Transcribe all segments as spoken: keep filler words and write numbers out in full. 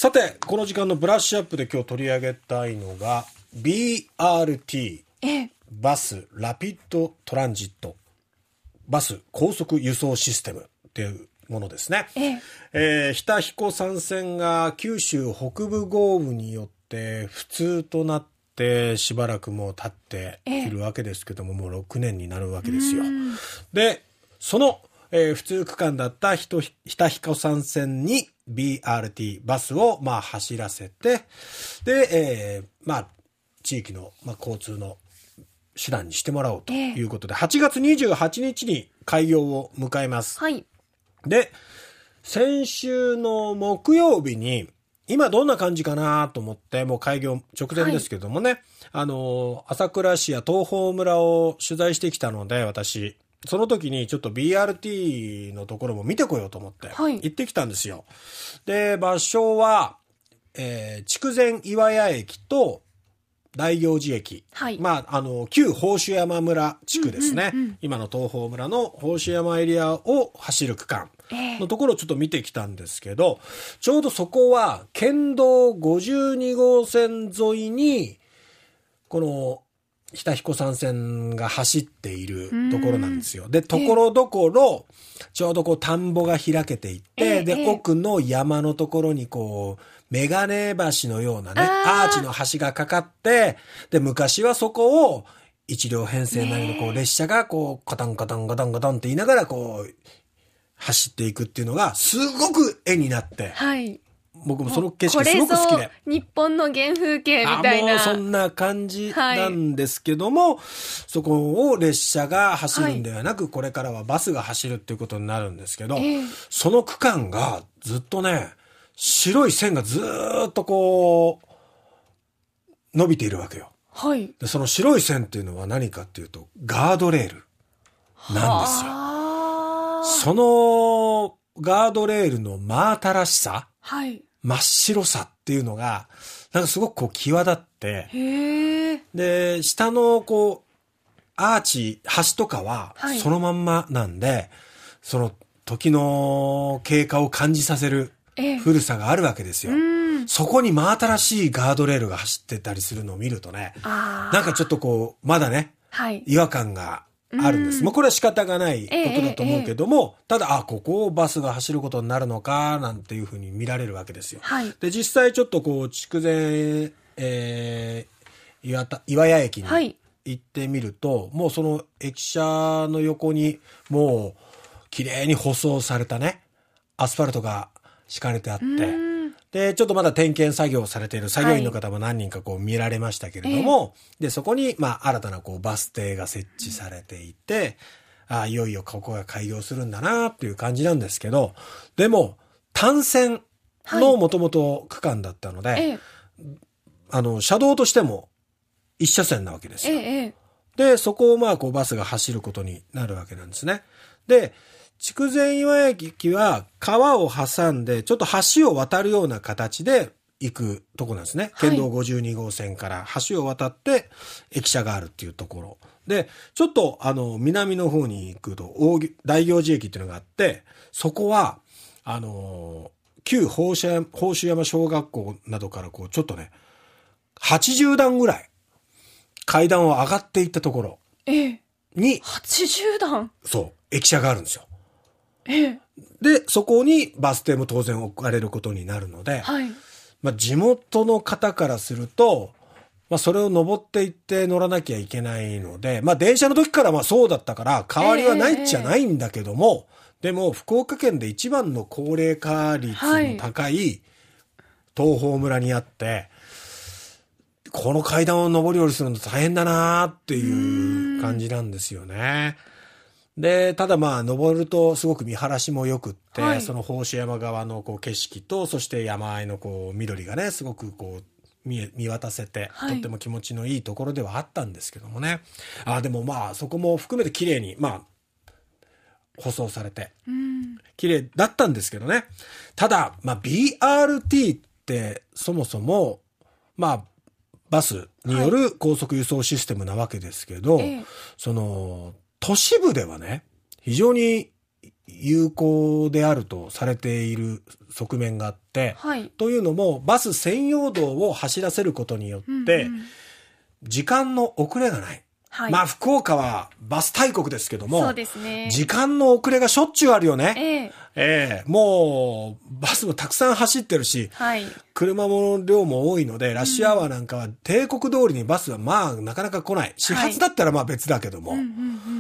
さて、この時間のブラッシュアップで今日取り上げたいのが ビーアールティー、 えバスラピッドトランジットバス高速輸送システムっていうものですね。 ええー、日田彦山線が九州北部豪雨によって不通となってしばらくもう経っているわけですけども、もうろくねんになるわけですよ。で、その、えー、普通区間だった日田彦山線に ビーアールティー バスをまあ走らせて、で、えー、まあ地域の、まあ、交通の手段にしてもらおうということで、はちがつにじゅうはちにちに開業を迎えます。 はい。 で、先週の木曜日に、今どんな感じかなと思って、もう開業直前ですけどもね、はい、あの、朝倉市や東峰村を取材してきたので、私、その時にちょっと ビーアールティー のところも見てこようと思って、行ってきたんですよ。はい、で、場所は、えー、筑前岩屋駅と、大行寺駅。はい。まあ、あの、旧宝珠山村地区ですね。うんうんうん、今の東峰村の宝珠山エリアを走る区間のところをちょっと見てきたんですけど、えー、ちょうどそこは県道ごじゅうにごうせん沿いに、この、日田彦山線が走っているところなんですよ。で、ところどころ、ちょうどこう田んぼが開けていって、えー、で、奥の山のところにこう、メガネ橋のようなね、アーチの橋がかかって、で、昔はそこを一両編成なりのこう列車がこう、カタンカタンカタンカタンって言いながらこう、走っていくっていうのが、すごく絵になって、はい。僕もその景色すごく好きで。 日本の原風景みたいな。 もうそんな感じなんですけども、はい、そこを列車が走るんではなく、はい、これからはバスが走るっていうことになるんですけど、えー、その区間がずっとね、白い線がずーっとこう、伸びているわけよ。はい。で、その白い線っていうのは何かっていうと、ガードレールなんですよ。そのガードレールの真新しさ、はい。真っ白さっていうのが、なんかすごくこう際立って、へー。で、下のこう、アーチ、橋とかは、そのまんまなんで、はい、その時の経過を感じさせる古さがあるわけですよ。そこに真新しいガードレールが走ってたりするのを見るとね、なんかちょっとこう、まだね、はい、違和感があるんです。まあ、これは仕方がないことだと思うけども、ええ、ただ、あ、ここをバスが走ることになるのか、なんていうふうに見られるわけですよ。はい、で、実際ちょっとこう、筑前、えー、岩田、岩屋駅に行ってみると、はい、もうその駅舎の横に、もう、綺麗に舗装されたね、アスファルトが敷かれてあって、で、ちょっとまだ点検作業をされている作業員の方も何人かこう見られましたけれども、はい、で、そこに、まあ、新たなこうバス停が設置されていて、ああ、いよいよここが開業するんだなっていう感じなんですけど、でも、単線のもともと区間だったので、はい、あの、車道としても一車線なわけですよ。ええ、で、そこをまあ、こうバスが走ることになるわけなんですね。で、筑前岩屋駅は川を挟んでちょっと橋を渡るような形で行くとこなんですね。はい、県道ごじゅうにごうせんから橋を渡って駅舎があるっていうところ。で、ちょっとあの南の方に行くと大大行寺駅っていうのがあって、そこはあの旧宝珠山、宝珠山小学校などからこうちょっとね、はちじゅうだんぐらい階段を上がっていったところに、 はちじゅうだん？ そう、駅舎があるんですよ。 ええ、 で、そこにバス停も当然置かれることになるので、はい、まあ、地元の方からすると、まあ、それを登っていって乗らなきゃいけないので、まあ、電車の時からまあそうだったから変わりはないっちゃないんだけども、えー、でも福岡県で一番の高齢化率の高い東峰村にあって、はい、この階段を上り下りするの大変だなーっていう感じなんですよね。で、ただまあ、登るとすごく見晴らしも良くって、はい、その宝珠山側のこう景色と、そして山あいのこう緑がね、すごくこう見、見渡せて、はい、とっても気持ちのいいところではあったんですけどもね。あ、でもまあ、そこも含めて綺麗に、まあ、舗装されて、綺麗だったんですけどね。ただ、まあ、ビーアールティー ってそもそも、まあ、バスによる高速輸送システムなわけですけど、はい、その、都市部ではね、非常に有効であるとされている側面があって、 はい、 というのもバス専用道を走らせることによって、うんうん、時間の遅れがない。はい、まあ福岡はバス大国ですけども、 そうですね、 時間の遅れがしょっちゅうあるよね。 ええええ、もうバスもたくさん走ってるし、はい、車も量も多いのでラッシュアワーなんかは定刻通りにバスはまあなかなか来ない。始発だったらまあ別だけども、はい、うんうんうん、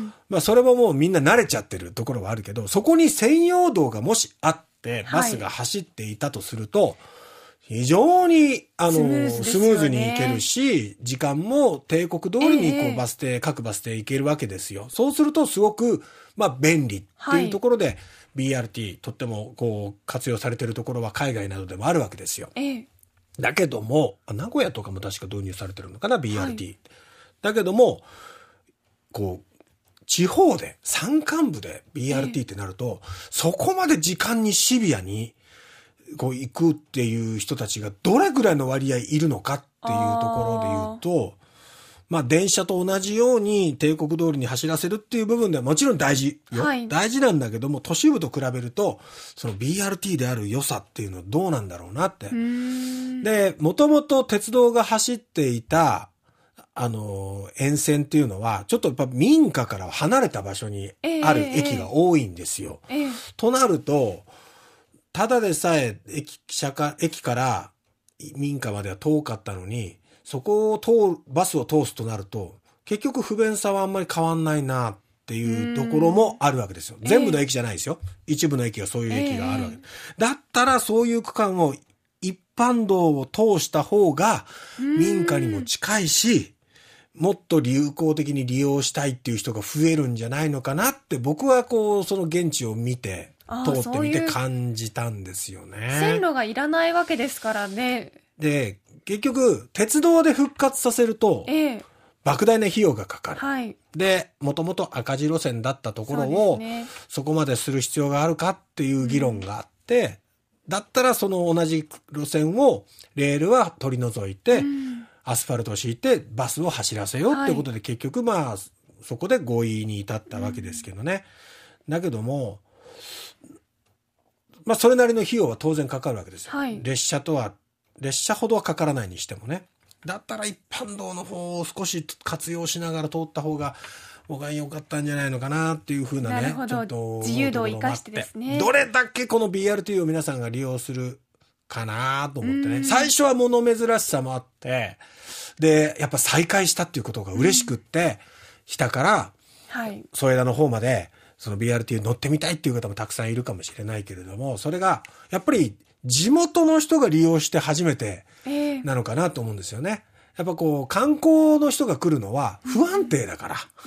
まあそれももうみんな慣れちゃってるところはあるけど、そこに専用道がもしあってバスが走っていたとすると、はい、非常に、あの、スムーズですよね、スムーズに行けるし、時間も定刻通りに、こう、えー、バス停、各バス停行けるわけですよ。そうすると、すごく、まあ、便利っていうところで、はい、ビーアールティー、とっても、こう、活用されているところは海外などでもあるわけですよ。 えー、 だけども、名古屋とかも確か導入されてるのかな、ビーアールティー。はい、だけども、こう、地方で、山間部で ビーアールティー ってなると、えー、そこまで時間にシビアに、こう行くっていう人たちがどれぐらいの割合いるのかっていうところで言うと、まあ電車と同じように定刻通りに走らせるっていう部分ではもちろん大事よ。はい、大事なんだけども、都市部と比べると、その ビーアールティー である良さっていうのはどうなんだろうなって。で、もともと鉄道が走っていた、あの、沿線っていうのは、ちょっとやっぱ民家から離れた場所にある駅が多いんですよ。 えーえー、 となると、ただでさえ駅、車か、駅から民家までは遠かったのに、そこを通る、バスを通すとなると、結局不便さはあんまり変わんないなっていうところもあるわけですよ。全部の駅じゃないですよ。えー、一部の駅がそういう駅があるわけ。えー、だったらそういう区間を一般道を通した方が民家にも近いし、もっと有効的に利用したいっていう人が増えるんじゃないのかなって僕はこうその現地を見て通ってみて感じたんですよね。 線路がいらないわけですからね。 で、結局鉄道で復活させると、 ええ、 莫大な費用がかかる。 はい、で、 もともと赤字路線だったところを そ,、ね、そこまでする必要があるかっていう議論があって、うん、だったらその同じ路線をレールは取り除いて、うん、アスファルトを敷いてバスを走らせようってことで、はい、結局まあそこで合意に至ったわけですけどね。うん、だけども、まあそれなりの費用は当然かかるわけですよ。はい、列車とは、列車ほどはかからないにしてもね。だったら一般道の方を少し活用しながら通った方が僕は良かったんじゃないのかなっていうふうなね。 なるほど。ちょっと自由度を生かしてですね。 どれだけこの ビーアールティー を皆さんが利用するかなと思ってね。最初は物珍しさもあって、で、やっぱ再開したっていうことが嬉しくって、下から、はい。添田の方まで、その ビーアールティー 乗ってみたいっていう方もたくさんいるかもしれないけれども、それが、やっぱり地元の人が利用して初めてなのかなと思うんですよね。やっぱこう、観光の人が来るのは不安定だから。うん、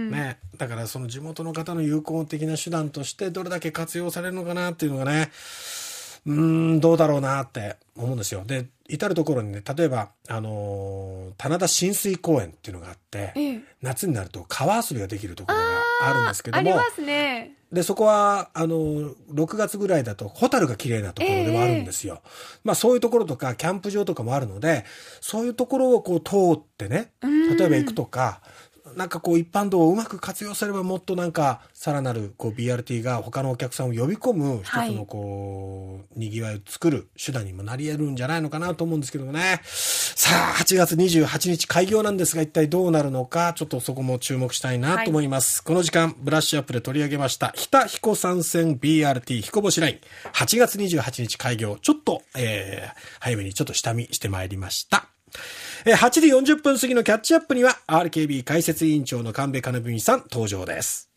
ね。だからその地元の方の有効的な手段としてどれだけ活用されるのかなっていうのがね、うーん、どうだろうなって思うんですよ。で、至るところにね、例えば、あのー、棚田親水公園っていうのがあって、ええ、夏になると川遊びができるところがあるんですけども、 ありますね。 で、そこは、あの、ろくがつぐらいだと、ホタルが綺麗なところでもあるんですよ。えー、まあ、そういうところとか、キャンプ場とかもあるので、そういうところをこう通ってね、例えば行くとか、なんかこう一般道をうまく活用すればもっとなんかさらなるこう ビーアールティー が他のお客さんを呼び込む一つのこう賑わいを作る手段にもなり得るんじゃないのかなと思うんですけどね。さあはちがつにじゅうはちにち開業なんですが一体どうなるのかちょっとそこも注目したいなと思います。はい、この時間ブラッシュアップで取り上げました日田彦山線 ビーアールティー 彦星ラインはちがつにじゅうはちにち開業ちょっと、えー、早めにちょっと下見してまいりました。はちじよんじゅっぷん過ぎのキャッチアップには アールケービー 解説委員長の神戸金文さん登場です。